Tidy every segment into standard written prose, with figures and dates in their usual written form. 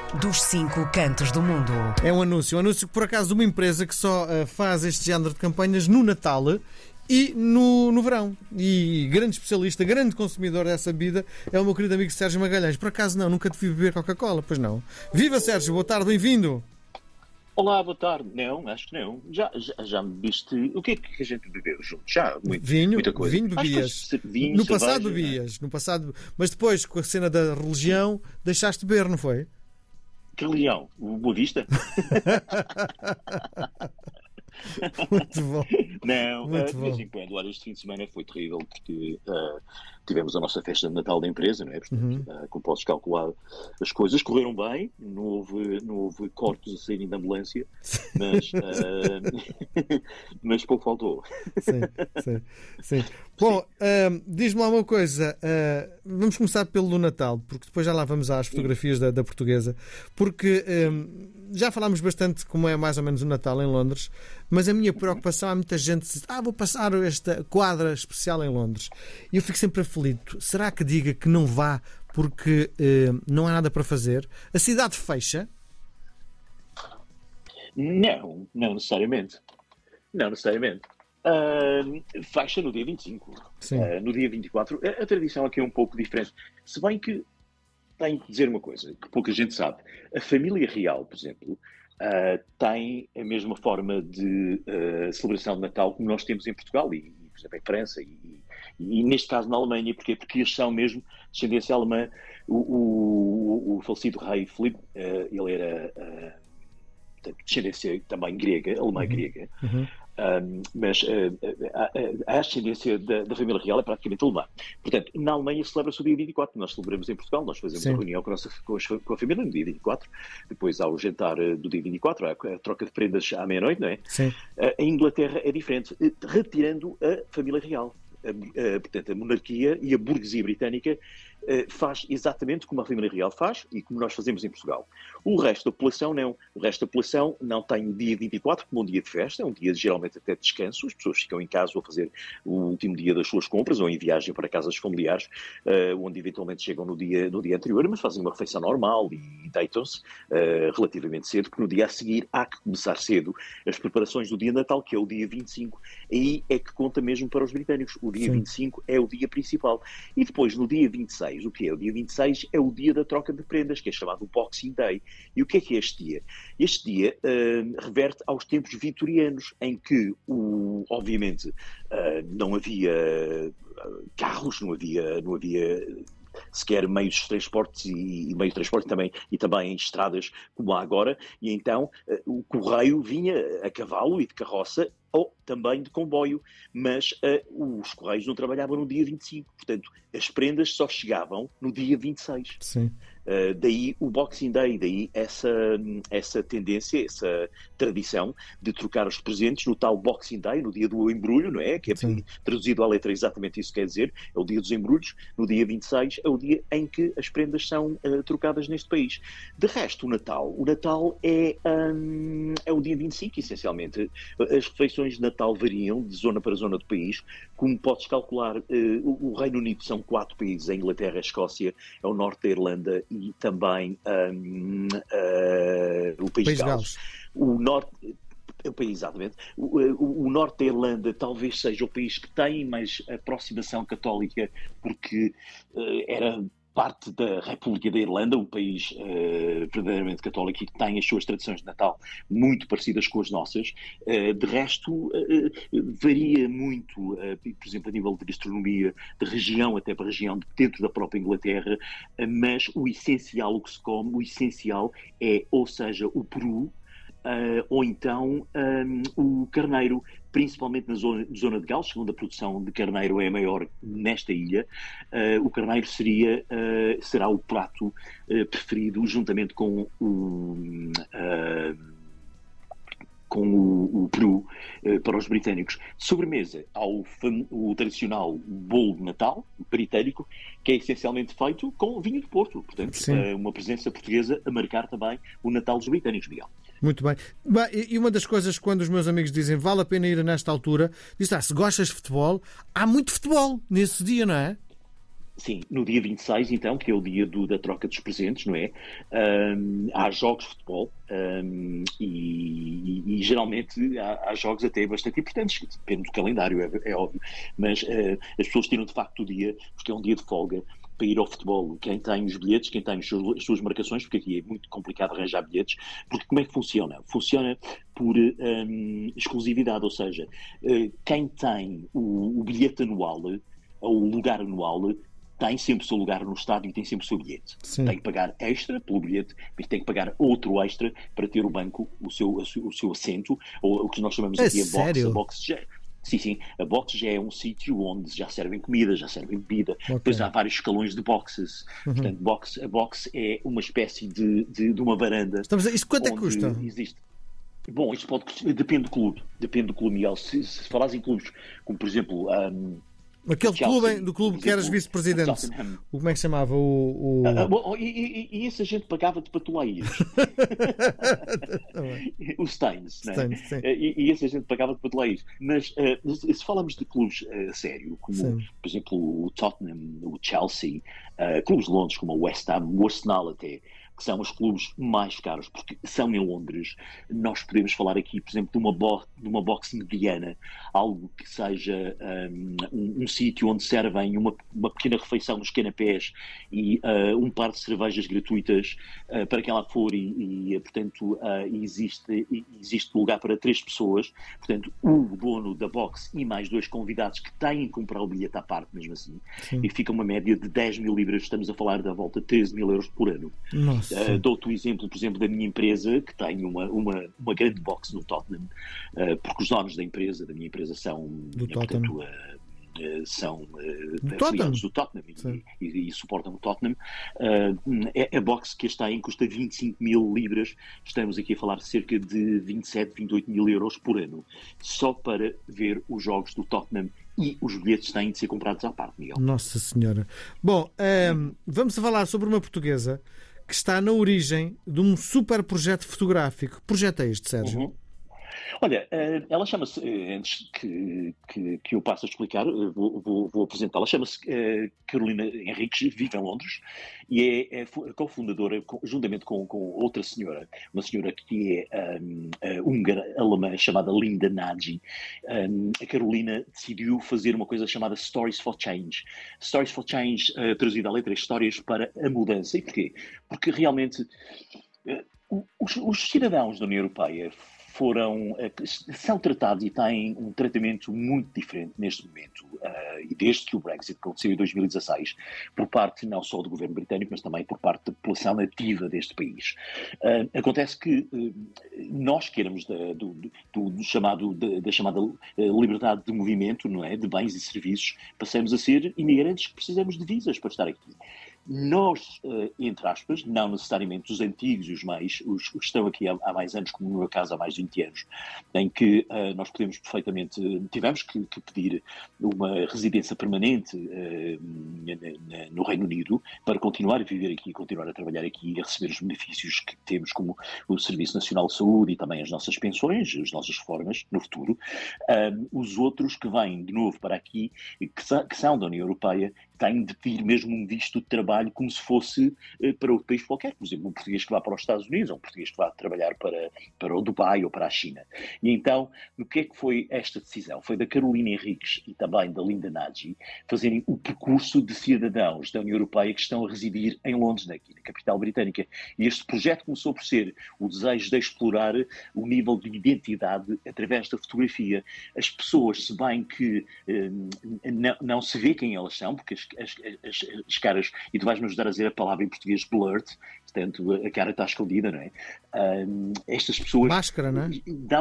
dos 5 cantos do mundo. É um anúncio por acaso de uma empresa que só faz este género de campanhas no Natal e no verão. E grande especialista, grande consumidor dessa bebida é o meu querido amigo Sérgio Magalhães. Por acaso não, nunca te vi beber Coca-Cola, pois não. Viva Sérgio, boa tarde, bem-vindo. Olá, boa tarde. Não, acho que não. Já me viste. O que é que a gente bebeu juntos? Já, muita coisa. Vinho bebias. Vinho, no cerveja, passado bebias, no passado, mas depois com a cena da religião deixaste de beber, não foi? Que leão? O Boa Vista? Muito bom. Não, Muito de bom. vez em quando. Olha, este fim de semana foi terrível porque tivemos a nossa festa de Natal da empresa, não é? Portanto, como podes calcular, as coisas correram bem, não houve cortes a saírem da ambulância, mas pouco faltou. Sim. Bom, diz-me lá uma coisa. Vamos começar pelo do Natal, porque depois já lá vamos às fotografias da portuguesa, porque já falámos bastante como é mais ou menos o Natal em Londres, mas a minha preocupação, há muita gente que diz, vou passar esta quadra especial em Londres. E eu fico sempre aflito. Será que diga que não vá porque não há nada para fazer? A cidade fecha? Não necessariamente. Não necessariamente. Fecha no dia 25. No dia 24. A tradição aqui é um pouco diferente. Se bem que tenho que dizer uma coisa que pouca gente sabe. A família real, por exemplo, tem a mesma forma de celebração de Natal como nós temos em Portugal e por exemplo, em França e neste caso na Alemanha. Porquê? Porque eles são mesmo descendência alemã. O falecido rei Filipe, ele era descendência também grega, alemã grega. Mas a ascendência da família real é praticamente alemã. Portanto, na Alemanha celebra-se o dia 24. Nós celebramos em Portugal, nós fazemos a reunião com a família no dia 24. Depois há o jantar do dia 24, há a troca de prendas à meia-noite, não é? Sim. Em Inglaterra é diferente, retirando a família real. Portanto, a monarquia e a burguesia britânica faz exatamente como a família real faz e como nós fazemos em Portugal. O resto da população não. O resto da população não tem o dia 24 como um dia de festa, é um dia geralmente até de descanso. As pessoas ficam em casa ou a fazer o último dia das suas compras ou em viagem para casas familiares, onde eventualmente chegam no dia anterior, mas fazem uma refeição normal e deitam-se relativamente cedo, porque no dia a seguir há que começar cedo as preparações do dia de Natal, que é o dia 25. Aí é que conta mesmo para os britânicos. O dia 25 é o dia principal. E depois, no dia 26, o que é? O dia 26 é o dia da troca de prendas, que é chamado Boxing Day. E o que é este dia? Este dia reverte aos tempos vitorianos, em que, obviamente, não havia carros, não havia sequer meios de transportes e meios de transporte também estradas como há agora, e então o correio vinha a cavalo e de carroça ou também de comboio, mas os correios não trabalhavam no dia 25, portanto as prendas só chegavam no dia 26. Sim. Daí o Boxing Day, daí essa tendência, essa tradição de trocar os presentes no tal Boxing Day, no dia do embrulho, não é? Que é traduzido à letra exatamente isso que quer dizer, é o dia dos embrulhos. No dia 26 é o dia em que as prendas são trocadas neste país. De resto, o Natal é o dia 25, essencialmente. As refeições de Natal variam de zona para zona do país. Como podes calcular, o Reino Unido são 4 países, a Inglaterra, a Escócia, é o norte da Irlanda e também o País de Gales. O norte... Exatamente. O norte da Irlanda talvez seja o país que tem mais aproximação católica, porque era parte da República da Irlanda, um país verdadeiramente católico e que tem as suas tradições de Natal muito parecidas com as nossas. De resto, varia muito, por exemplo, a nível de gastronomia, de região até para região, dentro da própria Inglaterra, mas o essencial, o que se come, o essencial é, ou seja, o peru, ou então o carneiro, principalmente na zona de Gales, segundo a produção de carneiro é maior nesta ilha. O carneiro será o prato preferido, juntamente com o peru para os britânicos. De sobremesa, há o tradicional bolo de Natal britânico, que é essencialmente feito com vinho de Porto. Portanto, uma presença portuguesa a marcar também o Natal dos britânicos, Miguel. Muito bem. E uma das coisas, quando os meus amigos dizem vale a pena ir nesta altura, diz, se gostas de futebol, há muito futebol nesse dia, não é? Sim, no dia 26, então, que é o dia da troca dos presentes, não é? Há jogos de futebol e geralmente há jogos até bastante importantes, depende do calendário, é óbvio, mas as pessoas tiram de facto o dia, porque é um dia de folga, para ir ao futebol. Quem tem os bilhetes, quem tem as suas marcações, porque aqui é muito complicado arranjar bilhetes, porque como é que funciona? Funciona por exclusividade, ou seja, quem tem o bilhete anual, ou o lugar anual, tem sempre o seu lugar no estádio e tem sempre o seu bilhete. Sim. Tem que pagar extra pelo bilhete, mas tem que pagar outro extra para ter o banco, o seu assento, ou o que nós chamamos aqui sério? a box. Sim, a box já é um sítio onde já servem comida, já servem bebida. Okay. Depois há vários escalões de boxes. Portanto, a box é uma espécie de uma varanda. Isto quanto é que custa? Existe. Bom, isto depende do clube. Depende do clube, Miguel. Se falares em clubes, como por exemplo... aquele Chelsea, do clube que eras vice-presidente. Como é que se chamava? E essa gente pagava-te para tu lá ires. O Steins, não é? E essa gente pagava-te para tu lá ires. Mas se falamos de clubes a sério, como por exemplo o Tottenham, o Chelsea, clubes de Londres como o West Ham, o Arsenal até, que são os clubes mais caros, porque são em Londres. Nós podemos falar aqui, por exemplo, de uma box mediana, algo que seja um sítio onde servem uma pequena refeição nos canapés e um par de cervejas gratuitas para quem lá for portanto, existe lugar para 3 pessoas. Portanto, o dono da box e mais 2 convidados que têm que comprar o bilhete à parte, mesmo assim. Sim. E fica uma média de 10 mil libras, estamos a falar da volta de 13 mil euros por ano. Nossa. Dou-te o exemplo, por exemplo, da minha empresa, que tem uma grande box no Tottenham, porque os donos da minha empresa são do Tottenham. São afiliados do Tottenham e suportam o Tottenham. A box que está em custa 25 mil libras, estamos aqui a falar de cerca de 27, 28 mil euros por ano, só para ver os jogos do Tottenham. E os bilhetes têm de ser comprados à parte, Miguel. Nossa Senhora. Bom, vamos falar sobre uma portuguesa que está na origem de um super projeto fotográfico. Que projeto é este, Sérgio? Olha, ela chama-se, antes que eu passe a explicar, vou apresentá-la, chama-se Carolina Henriques, vive em Londres e é cofundadora, juntamente com outra senhora, uma senhora que é húngara-alemã, chamada Linda Nagy. A Carolina decidiu fazer uma coisa chamada Stories for Change. Stories for Change, traduzida à letra, histórias para a mudança. E porquê? Porque realmente os cidadãos da União Europeia são tratados e têm um tratamento muito diferente neste momento, e desde que o Brexit aconteceu em 2016, por parte não só do governo britânico, mas também por parte da população nativa deste país. Acontece que nós que éramos da chamada liberdade de movimento, não é, de bens e serviços, passamos a ser imigrantes que precisamos de visas para estar aqui. Nós, entre aspas, não necessariamente os antigos e os que estão aqui há mais anos, como no meu caso há mais de 20 anos, em que nós podemos perfeitamente, tivemos que pedir uma residência permanente no Reino Unido para continuar a viver aqui, continuar a trabalhar aqui e a receber os benefícios que temos, como o Serviço Nacional de Saúde e também as nossas pensões, as nossas reformas no futuro. Os outros que vêm de novo para aqui, que são da União Europeia, têm de pedir mesmo um visto de trabalho como se fosse para outro país qualquer. Por exemplo, um português que vá para os Estados Unidos ou um português que vá trabalhar para o Dubai ou para a China. E então, o que é que foi esta decisão? Foi da Carolina Henriques e também da Linda Nagy fazerem o percurso de cidadãos da União Europeia que estão a residir em Londres, aqui na capital britânica. E este projeto começou por ser o desejo de explorar o nível de identidade através da fotografia. As pessoas, se bem que não se vê quem elas são, porque as caras, e tu vais-me ajudar a dizer a palavra em português, blurred, portanto a cara está escondida, não é? Estas pessoas... Máscara, não é?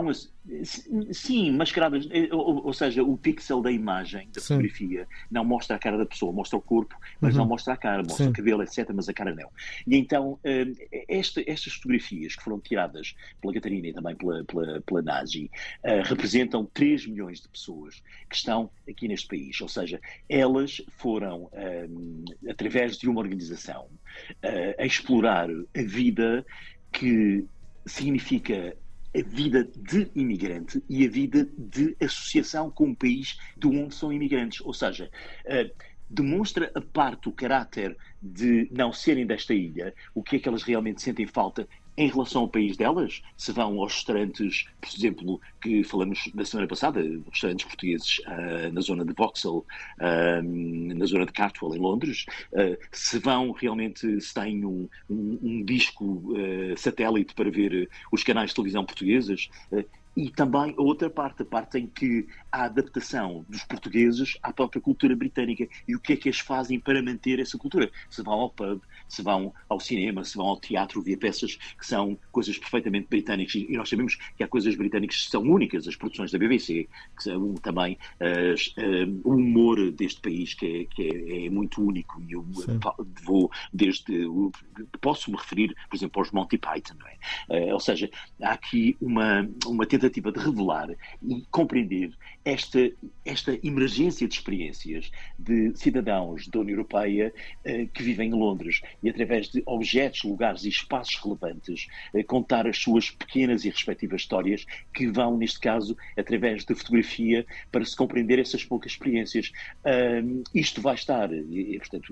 Sim, mascaradas, ou seja, o pixel da imagem, da fotografia, não mostra a cara da pessoa, mostra o corpo, mas não mostra a cara, mostra o cabelo, etc., mas a cara não. E então, estas fotografias que foram tiradas pela Catarina e também pela Nagy, representam 3 milhões de pessoas que estão aqui neste país, ou seja, elas foram, através de uma organização, a explorar a vida que significa a vida de imigrante e a vida de associação com o país de onde são imigrantes. Ou seja, demonstra a parte o caráter de não serem desta ilha, o que é que elas realmente sentem falta em relação ao país delas. Se vão aos restaurantes, por exemplo, que falamos da semana passada, restaurantes portugueses na zona de Vauxhall, na zona de Cartwell, em Londres, se vão realmente, se têm um disco satélite para ver os canais de televisão portugueses, e também a outra parte, a parte em que a adaptação dos portugueses à própria cultura britânica e o que é que eles fazem para manter essa cultura. Se vão ao pub, se vão ao cinema, se vão ao teatro, ver peças que são coisas perfeitamente britânicas. E nós sabemos que há coisas britânicas que são únicas, as produções da BBC, que são também o humor deste país, que é muito único. E eu posso me referir, por exemplo, aos Monty Python, não é? Ou seja, há aqui uma tentativa de revelar e compreender esta emergência de experiências de cidadãos da União Europeia que vivem em Londres e, através de objetos, lugares e espaços relevantes, contar as suas pequenas e respectivas histórias, que vão, neste caso, através de fotografia, para se compreender essas poucas experiências. Isto vai estar, e portanto,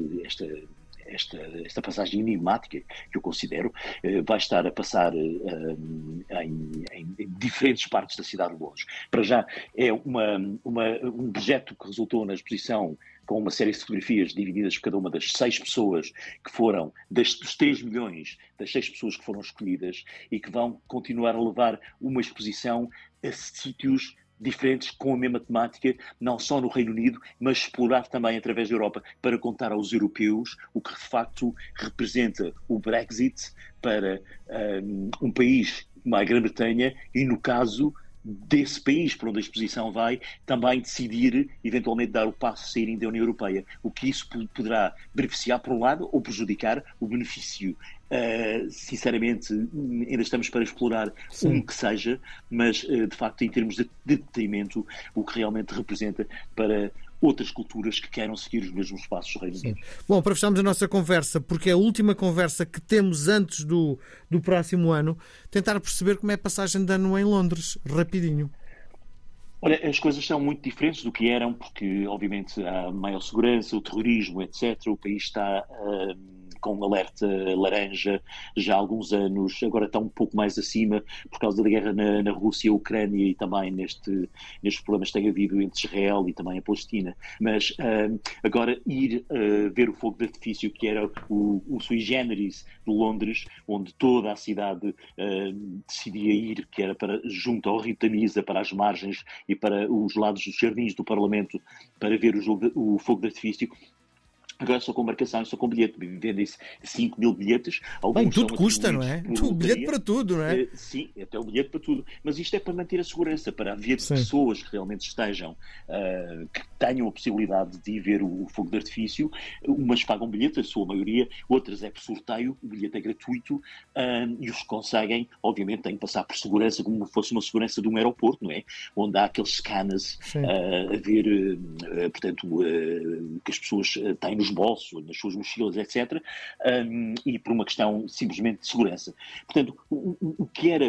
esta passagem enigmática, que eu considero, vai estar a passar em diferentes partes da cidade de Londres. Para já é um projeto que resultou na exposição, com uma série de fotografias divididas por cada uma das 6 pessoas que foram, dos 3 milhões das 6 pessoas que foram escolhidas, e que vão continuar a levar uma exposição a sítios diferentes, com a mesma temática, não só no Reino Unido, mas explorar também através da Europa, para contar aos europeus o que de facto representa o Brexit para um país como a Grã-Bretanha, e no caso desse país para onde a exposição vai, também decidir eventualmente dar o passo a saírem da União Europeia. O que isso poderá beneficiar por um lado ou prejudicar o benefício. Sinceramente, ainda estamos para explorar que seja, mas de facto, em termos de detrimento, o que realmente representa para outras culturas que queiram seguir os mesmos passos do Reino Unido. Bom, para fecharmos a nossa conversa, porque é a última conversa que temos antes do próximo ano, tentar perceber como é a passagem de ano em Londres, rapidinho. Olha, as coisas são muito diferentes do que eram, porque obviamente há maior segurança, o terrorismo, etc. O país está com um alerta laranja já há alguns anos, agora está um pouco mais acima por causa da guerra na Rússia, Ucrânia, e também nestes problemas que tem havido entre Israel e também a Palestina. Mas agora ir ver o fogo de artifício, que era o sui generis de Londres, onde toda a cidade decidia ir, que era junto ao Rio Tamisa, para as margens e para os lados dos jardins do Parlamento, para ver o fogo de artifício. Agora só com marcação, só com bilhete. Vendem-se 5 mil bilhetes. Bem, tudo custa, não é? O bilhete para tudo, não é? Sim, até o bilhete para tudo. Mas isto é para manter a segurança, para haver pessoas que realmente estejam, que tenham a possibilidade de ir ver o fogo de artifício. Umas pagam bilhete, a sua maioria, outras é por sorteio, o bilhete é gratuito, e os que conseguem, obviamente, têm que passar por segurança, como fosse uma segurança de um aeroporto, não é? Onde há aqueles scanners a ver, portanto, que as pessoas têm nos bolsos, nas suas mochilas, etc., e por uma questão simplesmente de segurança. Portanto, o que era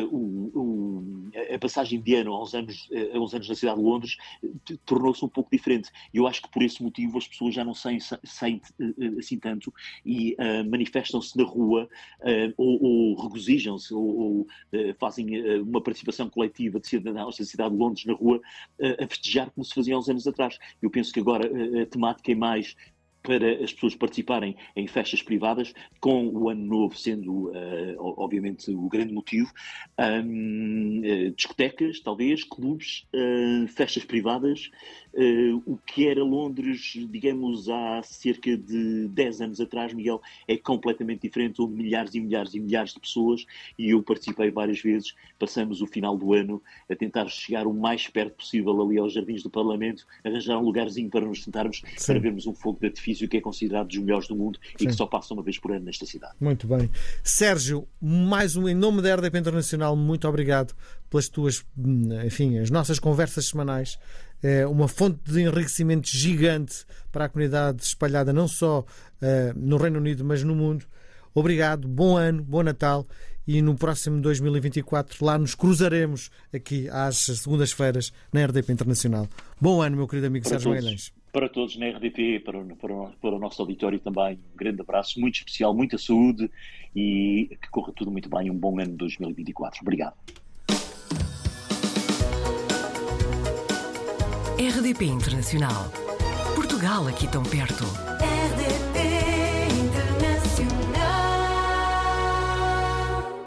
a passagem de ano aos anos na cidade de Londres tornou-se um pouco diferente. E eu acho que por esse motivo as pessoas já não saem assim tanto e manifestam-se na rua, ou regozijam-se, ou fazem uma participação coletiva de cidadãos da cidade de Londres na rua, a festejar como se fazia há uns anos atrás. Eu penso que agora a temática é mais para as pessoas participarem em festas privadas, com o Ano Novo sendo, obviamente, o grande motivo. Discotecas, talvez, clubes, festas privadas. O que era Londres, digamos, há cerca de 10 anos atrás, Miguel, é completamente diferente, onde milhares e milhares e milhares de pessoas, e eu participei várias vezes, passamos o final do ano a tentar chegar o mais perto possível ali aos jardins do Parlamento, arranjar um lugarzinho para nos sentarmos, para vermos um fogo de artifício que é considerado dos melhores do mundo e que só passa uma vez por ano nesta cidade. Muito bem. Sérgio, em nome da RDP Internacional, muito obrigado pelas tuas, enfim, as nossas conversas semanais. É uma fonte de enriquecimento gigante para a comunidade espalhada não só no Reino Unido, mas no mundo. Obrigado, bom ano, bom Natal, e no próximo 2024 lá nos cruzaremos aqui às segundas-feiras na RDP Internacional. Bom ano, meu querido amigo Sérgio Magalhães. para todos na RDP, para o nosso auditório também. Um grande abraço, muito especial, muita saúde e que corra tudo muito bem. Um bom ano de 2024. Obrigado. RDP Internacional. Portugal aqui tão perto. RDP